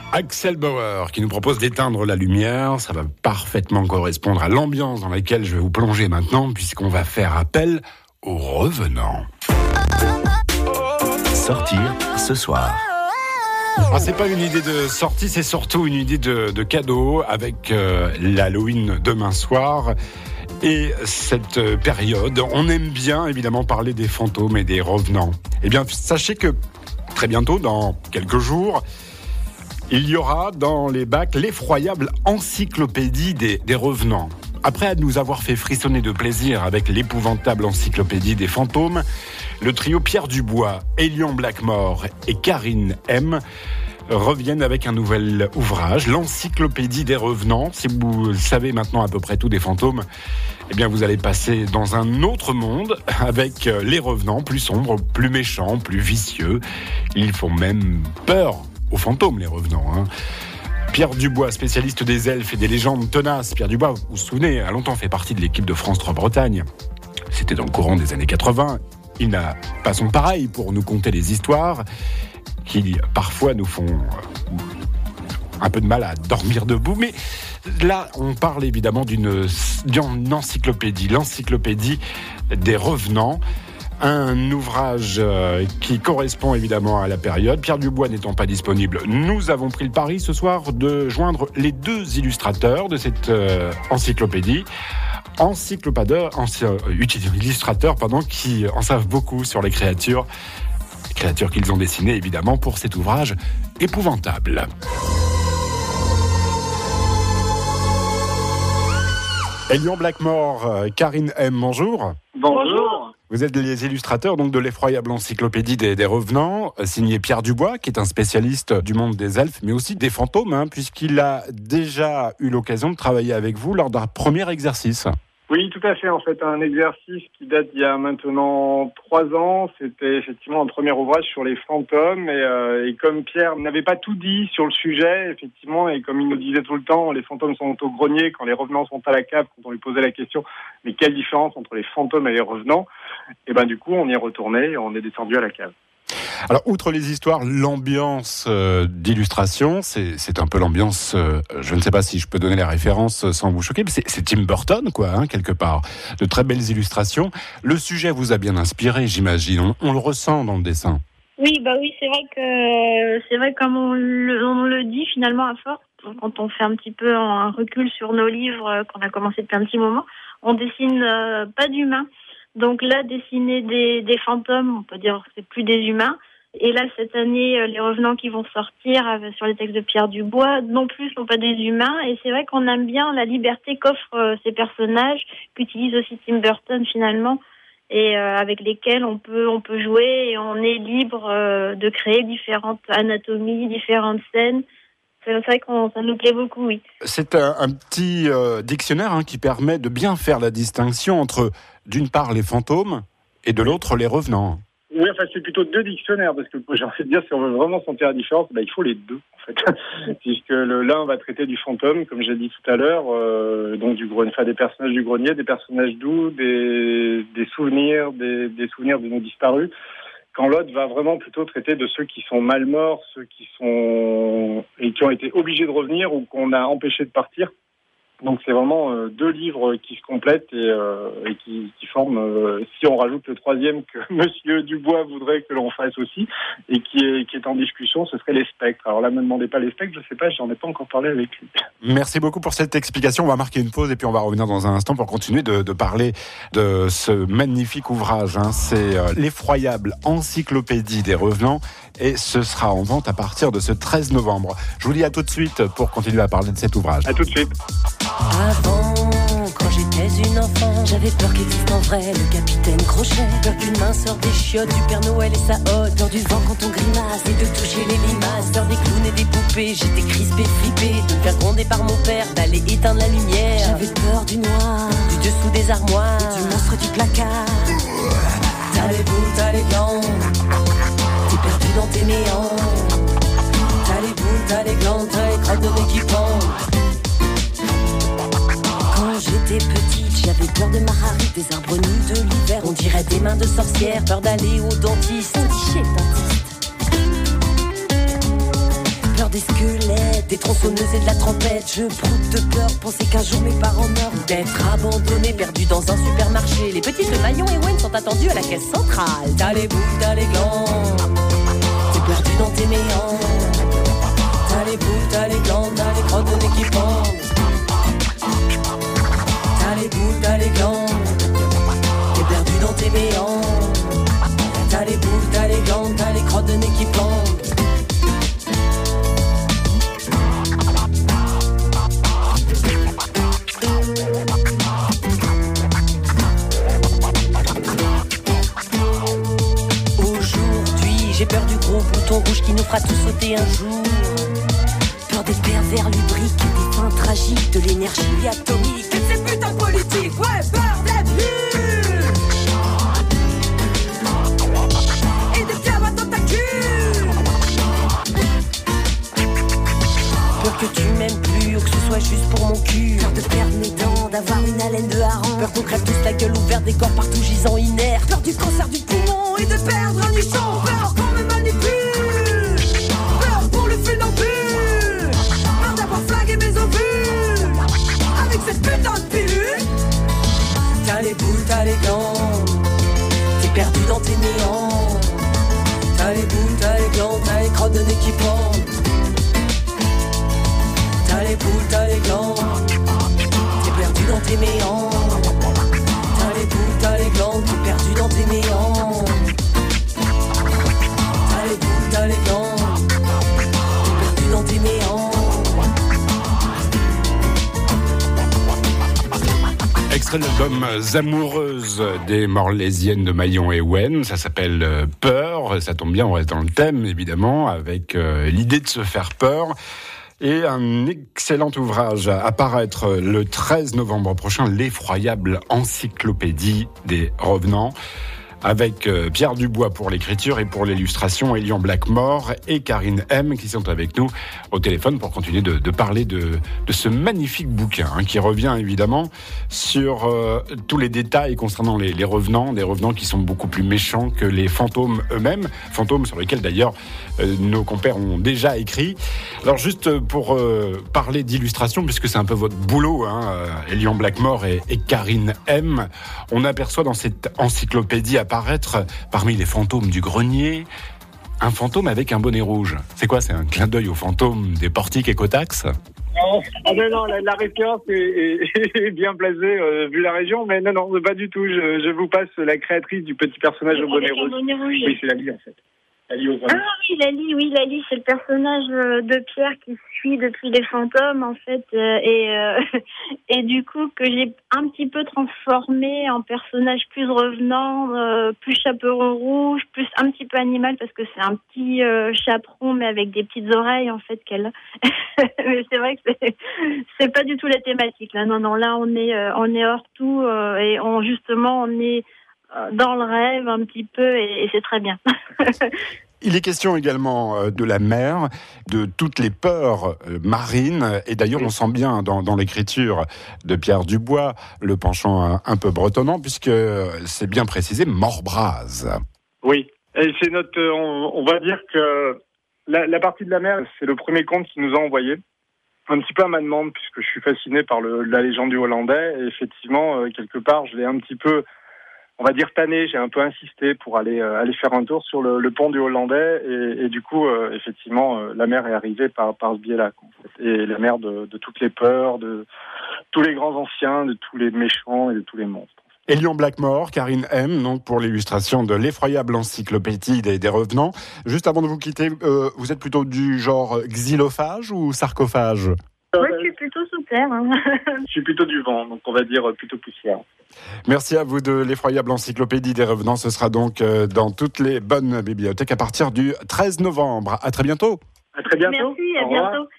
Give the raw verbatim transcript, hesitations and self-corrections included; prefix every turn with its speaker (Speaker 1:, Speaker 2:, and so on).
Speaker 1: Axel Bauer qui nous propose d'éteindre la lumière, ça va parfaitement correspondre à l'ambiance dans laquelle je vais vous plonger maintenant puisqu'on va faire appel aux revenants.
Speaker 2: Sortir ce soir.
Speaker 1: Ah, c'est pas une idée de sortie, c'est surtout une idée de, de cadeau avec euh, l'Halloween demain soir. Et cette période, on aime bien évidemment parler des fantômes et des revenants. Eh bien, sachez que très bientôt, dans quelques jours, il y aura dans les bacs l'effroyable encyclopédie des, des revenants. Après nous avoir fait frissonner de plaisir avec l'épouvantable encyclopédie des fantômes, le trio Pierre Dubois, Elion Blackmore et Karine M reviennent avec un nouvel ouvrage, l'encyclopédie des revenants. Si vous savez maintenant à peu près tout des fantômes, eh bien vous allez passer dans un autre monde avec les revenants plus sombres, plus méchants, plus vicieux. Ils font même peur aux fantômes, les revenants. Hein. Pierre Dubois, spécialiste des elfes et des légendes tenaces. Pierre Dubois, vous vous souvenez, a longtemps fait partie de l'équipe de France trois Bretagne. C'était dans le courant des années quatre-vingts. Il n'a pas son pareil pour nous conter des histoires qui, parfois, nous font un peu de mal à dormir debout. Mais là, on parle évidemment d'une, d'une encyclopédie, l'encyclopédie des revenants. Un ouvrage qui correspond évidemment à la période. Pierre Dubois n'étant pas disponible, nous avons pris le pari ce soir de joindre les deux illustrateurs de cette euh, encyclopédie. Encyclopédeur, ency- illustrateurs pardon, qui en savent beaucoup sur les créatures. Les créatures qu'ils ont dessinées évidemment pour cet ouvrage épouvantable. Elion Blackmore, Karine M, bonjour.
Speaker 3: Bonjour.
Speaker 1: Vous êtes les illustrateurs donc de l'effroyable encyclopédie des, des revenants, signé Pierre Dubois, qui est un spécialiste du monde des elfes, mais aussi des fantômes, hein, puisqu'il a déjà eu l'occasion de travailler avec vous lors d'un premier exercice.
Speaker 3: Oui, tout à fait. En fait, un exercice qui date d'il y a maintenant trois ans. C'était effectivement un premier ouvrage sur les fantômes. Et, euh, et comme Pierre n'avait pas tout dit sur le sujet, effectivement, et comme il nous disait tout le temps, les fantômes sont au grenier quand les revenants sont à la cave, quand on lui posait la question, mais quelle différence entre les fantômes et les revenants? Et ben du coup, on y est retourné et on est descendu à la cave.
Speaker 1: Alors, outre les histoires, l'ambiance euh, d'illustration, c'est, c'est un peu l'ambiance, euh, je ne sais pas si je peux donner la référence sans vous choquer, mais c'est, c'est Tim Burton, quoi, hein, quelque part. De très belles illustrations. Le sujet vous a bien inspiré, j'imagine. On, on le ressent dans le dessin.
Speaker 4: Oui, bah oui, c'est vrai que, c'est vrai comme on le, on le dit finalement à force, quand on fait un petit peu un recul sur nos livres qu'on a commencé depuis un petit moment, on dessine euh, pas d'humains. Donc là, dessiner des, des fantômes, on peut dire que c'est plus des humains. Et là, cette année, les revenants qui vont sortir sur les textes de Pierre Dubois, non plus, sont pas des humains. Et c'est vrai qu'on aime bien la liberté qu'offrent ces personnages, qu'utilise aussi Tim Burton finalement, et euh, avec lesquels on peut, on peut jouer et on est libre euh, de créer différentes anatomies, différentes scènes. C'est vrai que ça nous plaît beaucoup, oui.
Speaker 1: C'est un, un petit euh, dictionnaire hein, qui permet de bien faire la distinction entre, d'une part, les fantômes et de l'autre, les revenants.
Speaker 3: Oui, enfin, c'est plutôt deux dictionnaires, parce que j'ai envie de dire, si on veut vraiment sentir la différence, ben, il faut les deux, en fait. Puisque le, l'un va traiter du fantôme, comme j'ai dit tout à l'heure, euh, donc du grenier, enfin, des personnages du grenier, des personnages doux, des, des souvenirs, des, des souvenirs de nos disparus. Quand l'autre va vraiment plutôt traiter de ceux qui sont mal morts, ceux qui sont et qui ont été obligés de revenir ou qu'on a empêché de partir. Donc c'est vraiment euh, deux livres qui se complètent et, euh, et qui, qui forment, euh, si on rajoute le troisième que Monsieur Dubois voudrait que l'on fasse aussi et qui est, qui est en discussion, ce serait les spectres. Alors là, ne me demandez pas les spectres, je ne sais pas, j'en ai pas encore parlé avec lui.
Speaker 1: Merci beaucoup pour cette explication. On va marquer une pause et puis on va revenir dans un instant pour continuer de, de parler de ce magnifique ouvrage. Hein. C'est euh, l'effroyable encyclopédie des revenants et ce sera en vente à partir de ce treize novembre. Je vous dis à tout de suite pour continuer à parler de cet ouvrage.
Speaker 3: À tout de suite.
Speaker 5: Avant, quand j'étais une enfant, j'avais peur qu'existe en vrai le capitaine Crochet. Peur qu'une main sorte des chiottes du Père Noël et sa hotte. Peur du vent quand on grimace et de toucher les limaces. Peur des clowns et des poupées, j'étais crispé, flippé de me faire gronder par mon père, d'aller éteindre la lumière. J'avais peur du noir, du dessous des armoires, et du monstre du placard. T'as les boules, t'as les glands, t'es perdu dans tes néants. T'as les boules, t'as les glands, t'as les crottes de l'équipement. Quand j'étais petite, j'avais peur de Maharit, des arbres nus de l'hiver. On dirait des mains de sorcière, peur d'aller au dentiste. On dit chez le dentiste. Peur peur des squelettes, des tronçonneuses et de la trompette. Je broute de peur, penser qu'un jour mes parents meurent ou d'être abandonnés, perdus dans un supermarché. Les petites de Maillon et Wen sont attendues à la caisse centrale. T'as les boules, t'as les glands, t'es perdu dans tes méandres. T'as les boules, t'as les glands, t'as les crottes de nez qui pendent. T'as les boules, t'as les glands, t'es perdu dans tes méandres. T'as les boules, t'as les glands, t'as les crottes de nez qui pendent. J'ai peur du gros bouton rouge qui nous fera tous sauter un jour. Peur des pervers lubriques, des fins tragiques, de l'énergie atomique, de ces putains politiques. Ouais, peur d'être nul et des diables dans ta cul. Peur que tu m'aimes plus ou que ce soit juste pour mon cul. Peur de perdre mes dents, d'avoir une haleine de hareng. Peur qu'on crève tous la gueule ouverte, des corps partout gisant inertes. Peur du cancer du poumon et de perdre un nichon. Peur qu'on me manipule, peur pour le funambule, peur d'avoir flagué mes ovules avec cette putain de pilule. T'as les boules, t'as les glands, t'es perdu dans tes méandres. T'as les boules, t'as les glands, t'as les crottes de nez qui pendent. T'as les boules, t'as les glands, t'es perdu dans tes méandres. T'as les boules, t'as les glands, t'es perdu dans tes méandres. T'as les boules, t'as les glands, t'es perdu dans tes méandres.
Speaker 1: Extrait de l'album Amoureuses des Morlaisiennes de Maillon et Wen, ça s'appelle euh, Peur, ça tombe bien, on reste dans le thème évidemment, avec euh, l'idée de se faire peur. Et un excellent ouvrage à apparaître le treize novembre prochain, l'effroyable encyclopédie des revenants, avec Pierre Dubois pour l'écriture et pour l'illustration, Elian Blackmore et Karine M qui sont avec nous au téléphone pour continuer de, de parler de, de ce magnifique bouquin hein, qui revient évidemment sur euh, tous les détails concernant les, les revenants, des revenants qui sont beaucoup plus méchants que les fantômes eux-mêmes, fantômes sur lesquels d'ailleurs euh, nos compères ont déjà écrit. Alors juste pour euh, parler d'illustration, puisque c'est un peu votre boulot, hein, euh, Elian Blackmore et, et Karine M, on aperçoit dans cette encyclopédie apparaître parmi les fantômes du grenier un fantôme avec un bonnet rouge. C'est quoi? C'est un clin d'œil aux fantômes des portiques et Cotax?
Speaker 3: Non, ah non, non la, la référence est, est, est bien placée euh, vu la région, mais non, non, pas du tout. Je, je vous passe la créatrice du petit personnage au bonnet rouge.
Speaker 4: bonnet rouge.
Speaker 3: Oui, c'est Lali en fait. Lali aux
Speaker 4: ah oui, Lali, oui, Lali, c'est le personnage de Pierre qui suit depuis les fantômes en fait, euh, et euh, et du coup que j'ai un petit peu transformé en personnage plus revenant, euh, plus chaperon rouge, plus un petit peu animal parce que c'est un petit euh, chaperon mais avec des petites oreilles en fait qu'elle. Mais c'est vrai que c'est c'est pas du tout la thématique là. Non non, là on est euh, on est hors tout euh, et on justement on est dans le rêve un petit peu et, et c'est très bien.
Speaker 1: Il est question également de la mer, de toutes les peurs marines, et d'ailleurs on sent bien dans, dans l'écriture de Pierre Dubois le penchant un, un peu bretonnant, puisque c'est bien précisé, Mortbraze.
Speaker 3: Oui, et c'est notre, on, on va dire que la, la partie de la mer, c'est le premier conte qu'il nous a envoyé, un petit peu à ma demande, puisque je suis fasciné par le, la légende du Hollandais, et effectivement, quelque part, je l'ai un petit peu... on va dire tanné, j'ai un peu insisté pour aller euh, aller faire un tour sur le, le pont du Hollandais et, et du coup euh, effectivement euh, la mer est arrivée par par ce biais-là en fait. Et la mer de, de toutes les peurs, de tous les grands anciens, de tous les méchants et de tous les monstres.
Speaker 1: Elian Blackmore, Karine M, donc pour l'illustration de l'effroyable encyclopédie des, des revenants. Juste avant de vous quitter, euh, vous êtes plutôt du genre xylophage ou sarcophage?
Speaker 4: Moi, je suis plutôt sous terre. Hein.
Speaker 3: Je suis plutôt du vent, donc on va dire plutôt poussière.
Speaker 1: Merci à vous de l'effroyable encyclopédie des revenants. Ce sera donc dans toutes les bonnes bibliothèques à partir du treize novembre. À très bientôt.
Speaker 3: À très bientôt.
Speaker 4: Merci, à bientôt.